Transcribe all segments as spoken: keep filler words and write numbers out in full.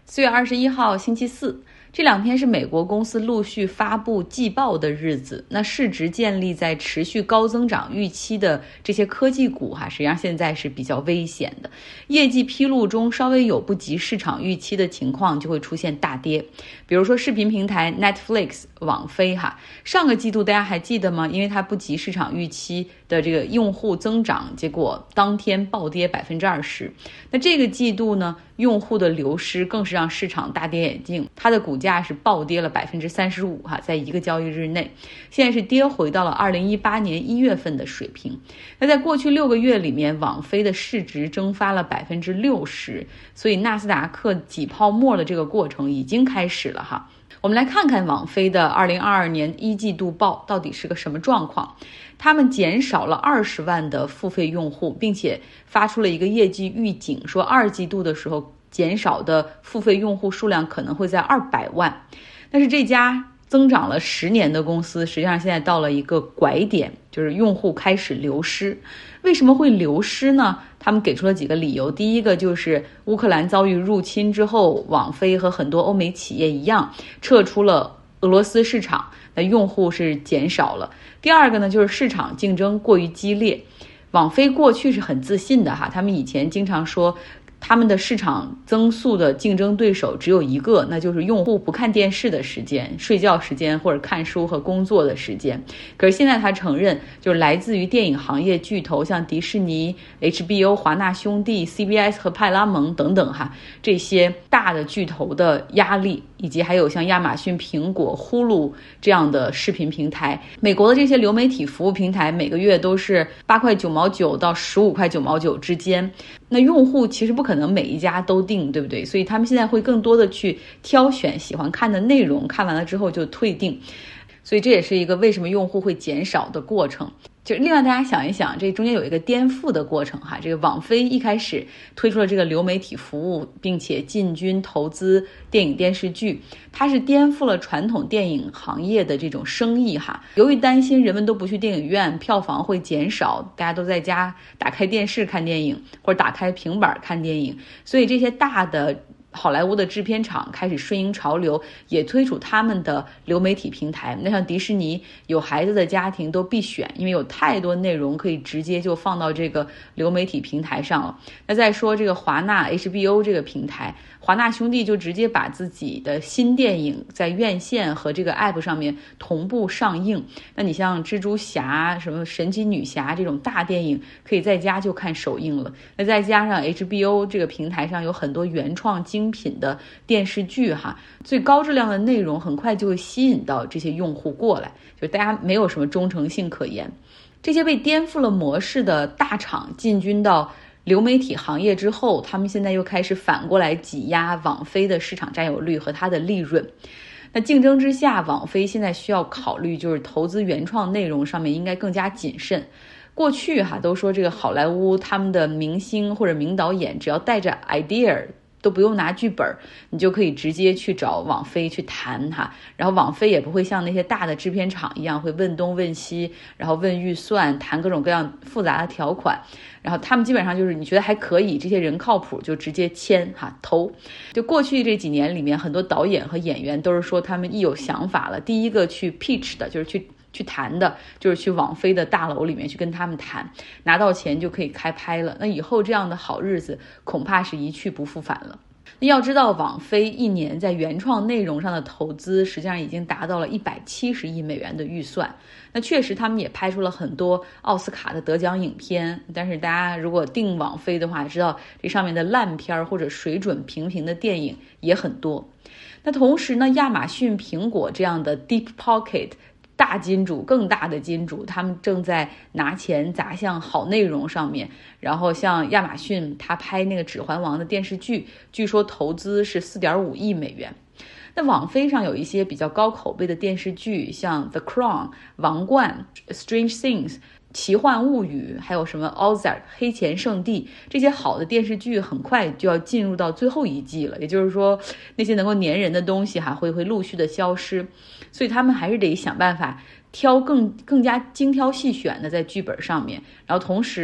四月二十一号星期四，这两天是美国公司陆续发布季报的日子。那市值建立在持续高增长预期的这些科技股哈，实际上现在是比较危险的。业绩披露中稍微有不及市场预期的情况，就会出现大跌。比如说视频平台 Netflix 网飞哈，上个季度大家还记得吗？因为它不及市场预期的这个用户增长，结果当天暴跌百分之二十。那这个季度呢，用户的流失更是让市场大跌眼镜，它的股价是暴跌了百分之三十五哈，在一个交易日内，现在是跌回到了二零一八年一月份的水平。那在过去六个月里面，网飞的市值蒸发了百分之六十，所以纳斯达克挤泡沫的这个过程已经开始了哈。我们来看看网飞的二零二二年一季度报到底是个什么状况。他们减少了二十万的付费用户，并且发出了一个业绩预警，说二季度的时候减少的付费用户数量可能会在二百万。但是这家增长了十年的公司，实际上现在到了一个拐点，就是用户开始流失。为什么会流失呢？他们给出了几个理由。第一个就是乌克兰遭遇入侵之后，网飞和很多欧美企业一样撤出了俄罗斯市场，那用户是减少了。第二个呢，就是市场竞争过于激烈。网飞过去是很自信的哈，他们以前经常说他们的市场增速的竞争对手只有一个，那就是用户不看电视的时间、睡觉时间或者看书和工作的时间。可是现在他承认，就是来自于电影行业巨头像迪士尼、H B O、华纳兄弟、C B S 和派拉蒙等等哈，这些大的巨头的压力，以及还有像亚马逊、苹果、Hulu 这样的视频平台。美国的这些流媒体服务平台每个月都是八块九毛九到十五块九毛九之间。那用户其实不可能每一家都订，对不对？所以他们现在会更多的去挑选喜欢看的内容，看完了之后就退订。所以这也是一个为什么用户会减少的过程。就另外大家想一想，这中间有一个颠覆的过程哈。这个网飞一开始推出了这个流媒体服务，并且进军投资电影电视剧，它是颠覆了传统电影行业的这种生意哈。由于担心人们都不去电影院，票房会减少，大家都在家打开电视看电影或者打开平板看电影，所以这些大的好莱坞的制片厂开始顺应潮流，也推出他们的流媒体平台。那像迪士尼，有孩子的家庭都必选，因为有太多内容可以直接就放到这个流媒体平台上了。那再说这个华纳 H B O 这个平台，华纳兄弟就直接把自己的新电影在院线和这个 app 上面同步上映。那你像蜘蛛侠、什么神奇女侠这种大电影，可以在家就看首映了。那再加上 H B O 这个平台上有很多原创精品的电视剧哈，最高质量的内容很快就会吸引到这些用户过来，就大家没有什么忠诚性可言。这些被颠覆了模式的大厂进军到流媒体行业之后，他们现在又开始反过来挤压网飞的市场占有率和它的利润。那竞争之下，网飞现在需要考虑就是投资原创内容上面应该更加谨慎。过去哈都说这个好莱坞他们的明星或者名导演只要带着 idea，都不用拿剧本，你就可以直接去找网飞去谈哈，然后网飞也不会像那些大的制片厂一样会问东问西，然后问预算，谈各种各样复杂的条款，然后他们基本上就是你觉得还可以，这些人靠谱就直接签哈投。就过去这几年里面，很多导演和演员都是说他们一有想法了，第一个去 pitch 的就是去去谈的，就是去网飞的大楼里面去跟他们谈，拿到钱就可以开拍了。那以后这样的好日子恐怕是一去不复返了。那要知道，网飞一年在原创内容上的投资实际上已经达到了一百七十亿美元的预算。那确实他们也拍出了很多奥斯卡的得奖影片，但是大家如果订网飞的话，知道这上面的烂片或者水准平平的电影也很多。那同时呢，亚马逊、苹果这样的 deep pocket大金主，更大的金主，他们正在拿钱砸向好内容上面。然后像亚马逊，他拍那个《指环王》的电视剧，据说投资是 四点五亿美元。那网飞上有一些比较高口碑的电视剧，像 The Crown 王冠、Strange Things 奇幻物语，还有什么 Ozark 黑钱圣地，这些好的电视剧很快就要进入到最后一季了，也就是说那些能够粘人的东西还会会陆续的消失，所以他们还是得想办法挑更更加精挑细选的在剧本上面，然后同时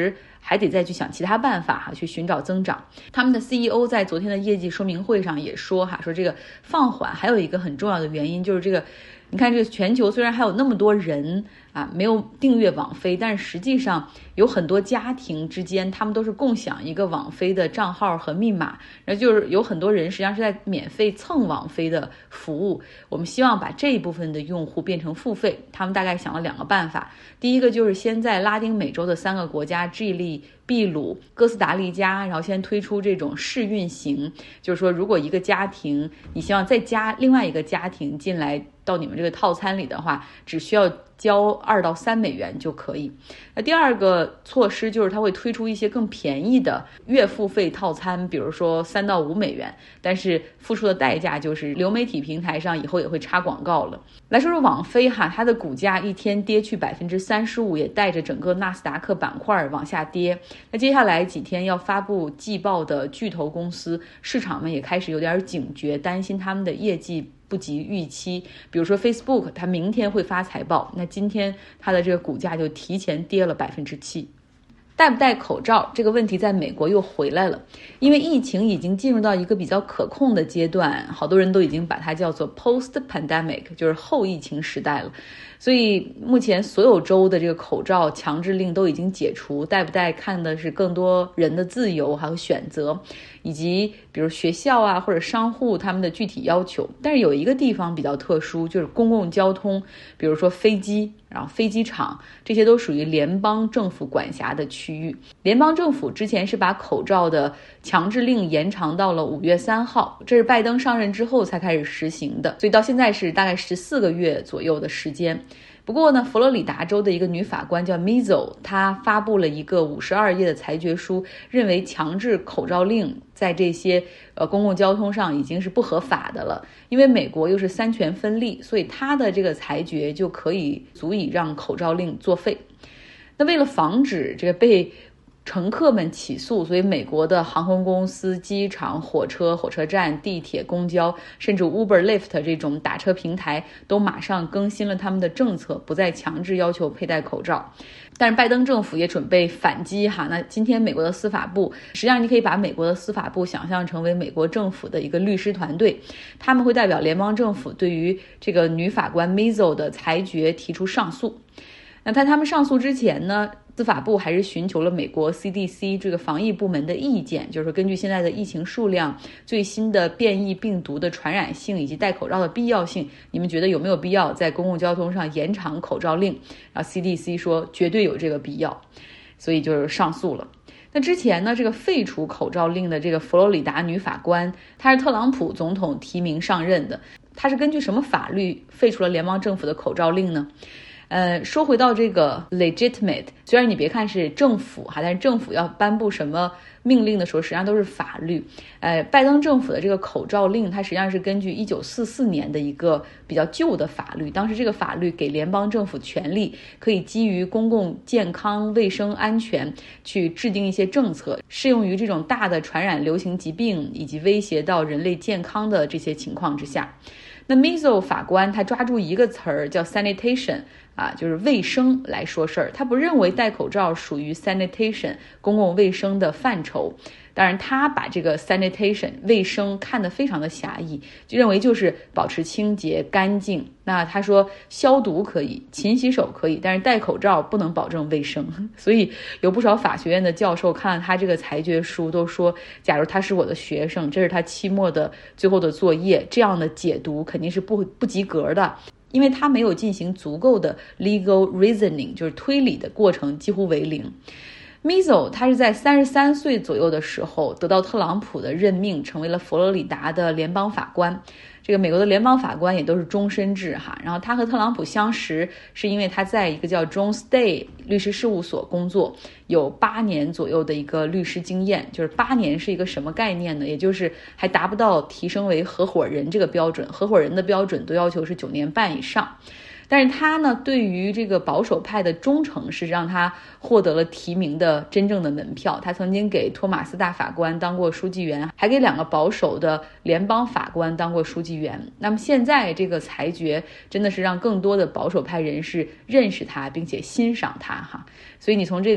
还得再去想其他办法哈，去寻找增长。他们的 C E O 在昨天的业绩说明会上也说哈，说这个放缓还有一个很重要的原因就是这个。你看，这个全球虽然还有那么多人啊没有订阅网飞，但是实际上有很多家庭之间，他们都是共享一个网飞的账号和密码，然后就是有很多人实际上是在免费蹭网飞的服务。我们希望把这一部分的用户变成付费，他们大概想了两个办法。第一个就是先在拉丁美洲的三个国家智利、秘鲁、哥斯达黎加，然后先推出这种试运行，就是说如果一个家庭你希望再加另外一个家庭进来到你们这个套餐里的话，只需要交二到三美元就可以。那第二个措施就是它会推出一些更便宜的月付费套餐，比如说三到五美元，但是付出的代价就是流媒体平台上以后也会插广告了。来说说网飞哈，它的股价一天跌去百分之三十五，也带着整个纳斯达克板块往下跌。那接下来几天要发布季报的巨头公司，市场们也开始有点警觉，担心他们的业绩不及预期。比如说 Facebook 它明天会发财报，那今天它的这个股价就提前跌了百分之七。戴不戴口罩这个问题在美国又回来了，因为疫情已经进入到一个比较可控的阶段，好多人都已经把它叫做 post pandemic， 就是后疫情时代了。所以目前所有州的这个口罩强制令都已经解除，戴不戴看的是更多人的自由还有选择，以及比如学校啊或者商户他们的具体要求。但是有一个地方比较特殊，就是公共交通，比如说飞机，然后飞机场，这些都属于联邦政府管辖的区域。联邦政府之前是把口罩的强制令延长到了五月三号，这是拜登上任之后才开始实行的，所以到现在是大概十四个月左右的时间。不过呢，佛罗里达州的一个女法官叫 Mizzo， 她发布了一个五十二页的裁决书，认为强制口罩令在这些呃公共交通上已经是不合法的了。因为美国又是三权分立，所以她的这个裁决就可以足以让口罩令作废。那为了防止这个被乘客们起诉，所以美国的航空公司、机场、火车、火车站、地铁、公交，甚至 Uber、Lyft 这种打车平台都马上更新了他们的政策，不再强制要求佩戴口罩。但是拜登政府也准备反击哈。那今天美国的司法部，实际上你可以把美国的司法部想象成为美国政府的一个律师团队，他们会代表联邦政府对于这个女法官 Mizzo 的裁决提出上诉。那在他们上诉之前呢，司法部还是寻求了美国 C D C 这个防疫部门的意见，就是说根据现在的疫情数量、最新的变异病毒的传染性以及戴口罩的必要性，你们觉得有没有必要在公共交通上延长口罩令？然后 C D C 说绝对有这个必要，所以就是上诉了。那之前呢，这个废除口罩令的这个佛罗里达女法官，她是特朗普总统提名上任的，她是根据什么法律废除了联邦政府的口罩令呢？呃，说回到这个 legitimate， 虽然你别看是政府哈，但是政府要颁布什么命令的时候，实际上都是法律。呃，拜登政府的这个口罩令，它实际上是根据一九四四年的一个比较旧的法律，当时这个法律给联邦政府权力，可以基于公共健康、卫生安全去制定一些政策，适用于这种大的传染流行疾病以及威胁到人类健康的这些情况之下。那 Mizzo 法官他抓住一个词儿叫 sanitation， 啊，就是卫生来说事儿。他不认为戴口罩属于 sanitation 公共卫生的范畴，当然他把这个 sanitation 卫生看得非常的狭义，就认为就是保持清洁干净。那他说消毒可以，勤洗手可以，但是戴口罩不能保证卫生。所以有不少法学院的教授看了他这个裁决书都说，假如他是我的学生，这是他期末的最后的作业，这样的解读肯定是不不及格的，因为他没有进行足够的 legal reasoning， 就是推理的过程几乎为零。Mizzo 他是在三十三岁左右的时候得到特朗普的任命，成为了佛罗里达的联邦法官。这个美国的联邦法官也都是终身制哈，然后他和特朗普相识是因为他在一个叫 John Stay 律师事务所工作，有八年左右的一个律师经验。就是八年是一个什么概念呢？也就是还达不到提升为合伙人这个标准，合伙人的标准都要求是九年半以上。但是他呢，对于这个保守派的忠诚是让他获得了提名的真正的门票。他曾经给托马斯大法官当过书记员，还给两个保守的联邦法官当过书记员。那么现在这个裁决真的是让更多的保守派人士认识他并且欣赏他哈。所以你从这个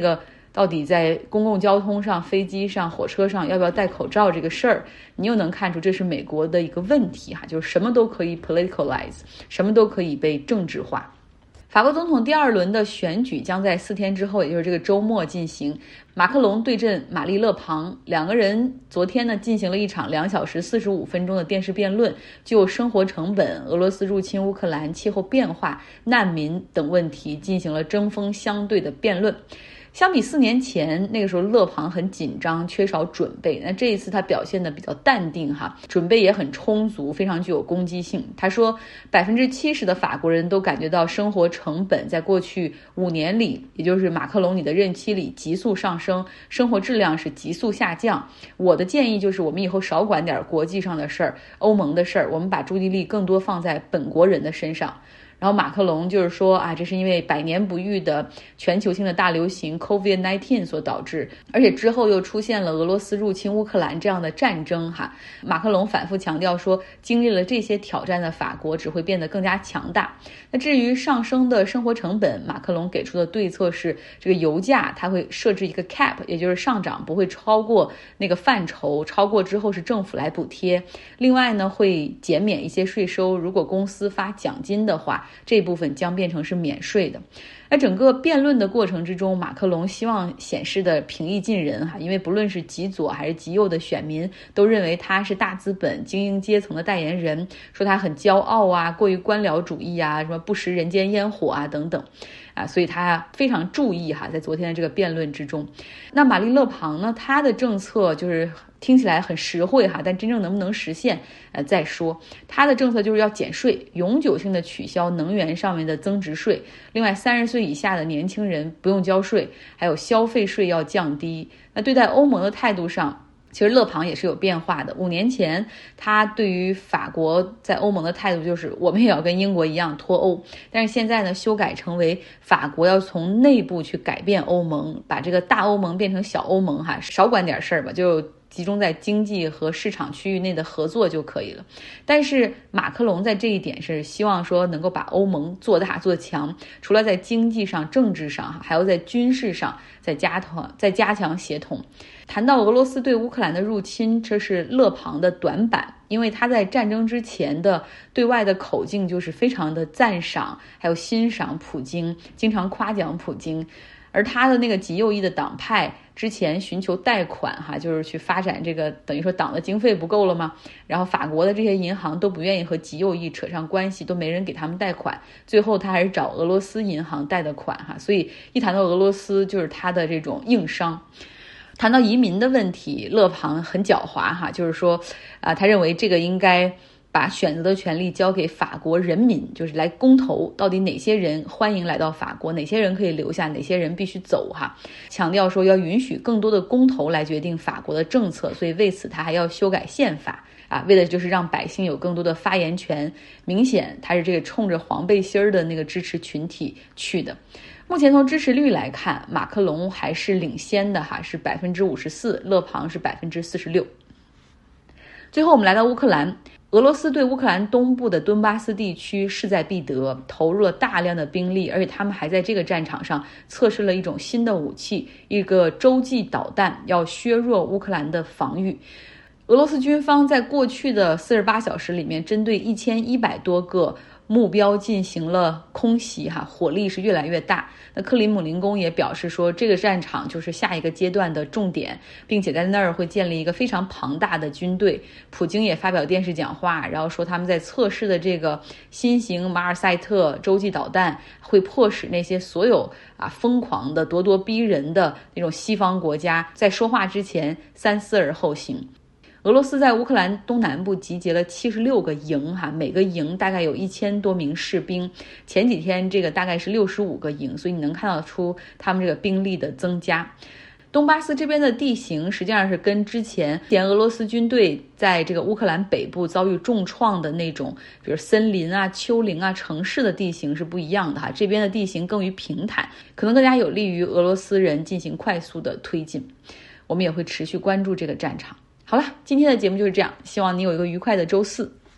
到底在公共交通上、飞机上、火车上要不要戴口罩这个事儿，你又能看出这是美国的一个问题哈，就是什么都可以 politicalize， 什么都可以被政治化。法国总统第二轮的选举将在四天之后，也就是这个周末进行。马克龙对阵玛丽勒庞，两个人昨天呢进行了一场两小时四十五分钟的电视辩论，就生活成本、俄罗斯入侵乌克兰、气候变化、难民等问题进行了针锋相对的辩论。相比四年前，那个时候勒庞很紧张，缺少准备。那这一次他表现得比较淡定哈，准备也很充足，非常具有攻击性。他说，百分之七十的法国人都感觉到生活成本在过去五年里，也就是马克龙你的任期里急速上升，生活质量是急速下降。我的建议就是，我们以后少管点国际上的事儿、欧盟的事儿，我们把注意力更多放在本国人的身上。然后马克龙就是说啊，这是因为百年不遇的全球性的大流行 COVID 十九 所导致，而且之后又出现了俄罗斯入侵乌克兰这样的战争哈。马克龙反复强调说，经历了这些挑战的法国只会变得更加强大。那至于上升的生活成本，马克龙给出的对策是，这个油价它会设置一个 cap， 也就是上涨不会超过那个范畴，超过之后是政府来补贴。另外呢，会减免一些税收，如果公司发奖金的话，这部分将变成是免税的。那整个辩论的过程之中，马克龙希望显示的平易近人哈，因为不论是极左还是极右的选民都认为他是大资本精英阶层的代言人，说他很骄傲啊，过于官僚主义啊，什么不食人间烟火啊等等啊，所以他非常注意哈，在昨天的这个辩论之中。那玛丽勒庞呢，他的政策就是听起来很实惠哈，但真正能不能实现呃再说。他的政策就是要减税，永久性的取消能源上面的增值税，另外三十岁以下的年轻人不用交税，还有消费税要降低。那对待欧盟的态度上，其实勒庞也是有变化的。五年前他对于法国在欧盟的态度就是我们也要跟英国一样脱欧，但是现在呢修改成为法国要从内部去改变欧盟，把这个大欧盟变成小欧盟哈，少管点事儿吧，就集中在经济和市场区域内的合作就可以了。但是马克龙在这一点是希望说能够把欧盟做大做强，除了在经济上、政治上，还要在军事上再加强再加强协同。谈到俄罗斯对乌克兰的入侵，这是勒庞的短板，因为他在战争之前的对外的口径就是非常的赞赏还有欣赏普京，经常夸奖普京。而他的那个极右翼的党派之前寻求贷款哈，就是去发展这个，等于说党的经费不够了吗？然后法国的这些银行都不愿意和极右翼扯上关系，都没人给他们贷款，最后他还是找俄罗斯银行贷的款哈。所以一谈到俄罗斯，就是他的这种硬伤。谈到移民的问题，勒庞很狡猾哈，就是说啊、呃，他认为这个应该把选择的权利交给法国人民，就是来公投，到底哪些人欢迎来到法国，哪些人可以留下，哪些人必须走哈。强调说要允许更多的公投来决定法国的政策，所以为此他还要修改宪法啊，为的就是让百姓有更多的发言权。明显他是这个冲着黄背心儿的那个支持群体去的。目前从支持率来看，马克龙还是领先的哈，是百分之五十四，勒庞是百分之四十六。最后我们来到乌克兰，俄罗斯对乌克兰东部的顿巴斯地区势在必得，投入了大量的兵力，而且他们还在这个战场上测试了一种新的武器，一个洲际导弹，要削弱乌克兰的防御。俄罗斯军方在过去的四十八小时里面，针对一千一百多个目标进行了空袭哈，火力是越来越大。那克里姆林宫也表示说，这个战场就是下一个阶段的重点，并且在那儿会建立一个非常庞大的军队。普京也发表电视讲话，然后说他们在测试的这个新型马尔赛特洲际导弹会迫使那些所有啊疯狂的咄咄逼人的那种西方国家在说话之前三思而后行。俄罗斯在乌克兰东南部集结了七十六个营哈，每个营大概有一千多名士兵。前几天这个大概是六十五个营，所以你能看到出他们这个兵力的增加。东巴斯这边的地形实际上是跟之前前俄罗斯军队在这个乌克兰北部遭遇重创的那种，比如森林啊、丘陵啊、城市的地形是不一样的哈。这边的地形更于平坦，可能更加有利于俄罗斯人进行快速的推进。我们也会持续关注这个战场。好了，今天的节目就是这样，希望你有一个愉快的周四。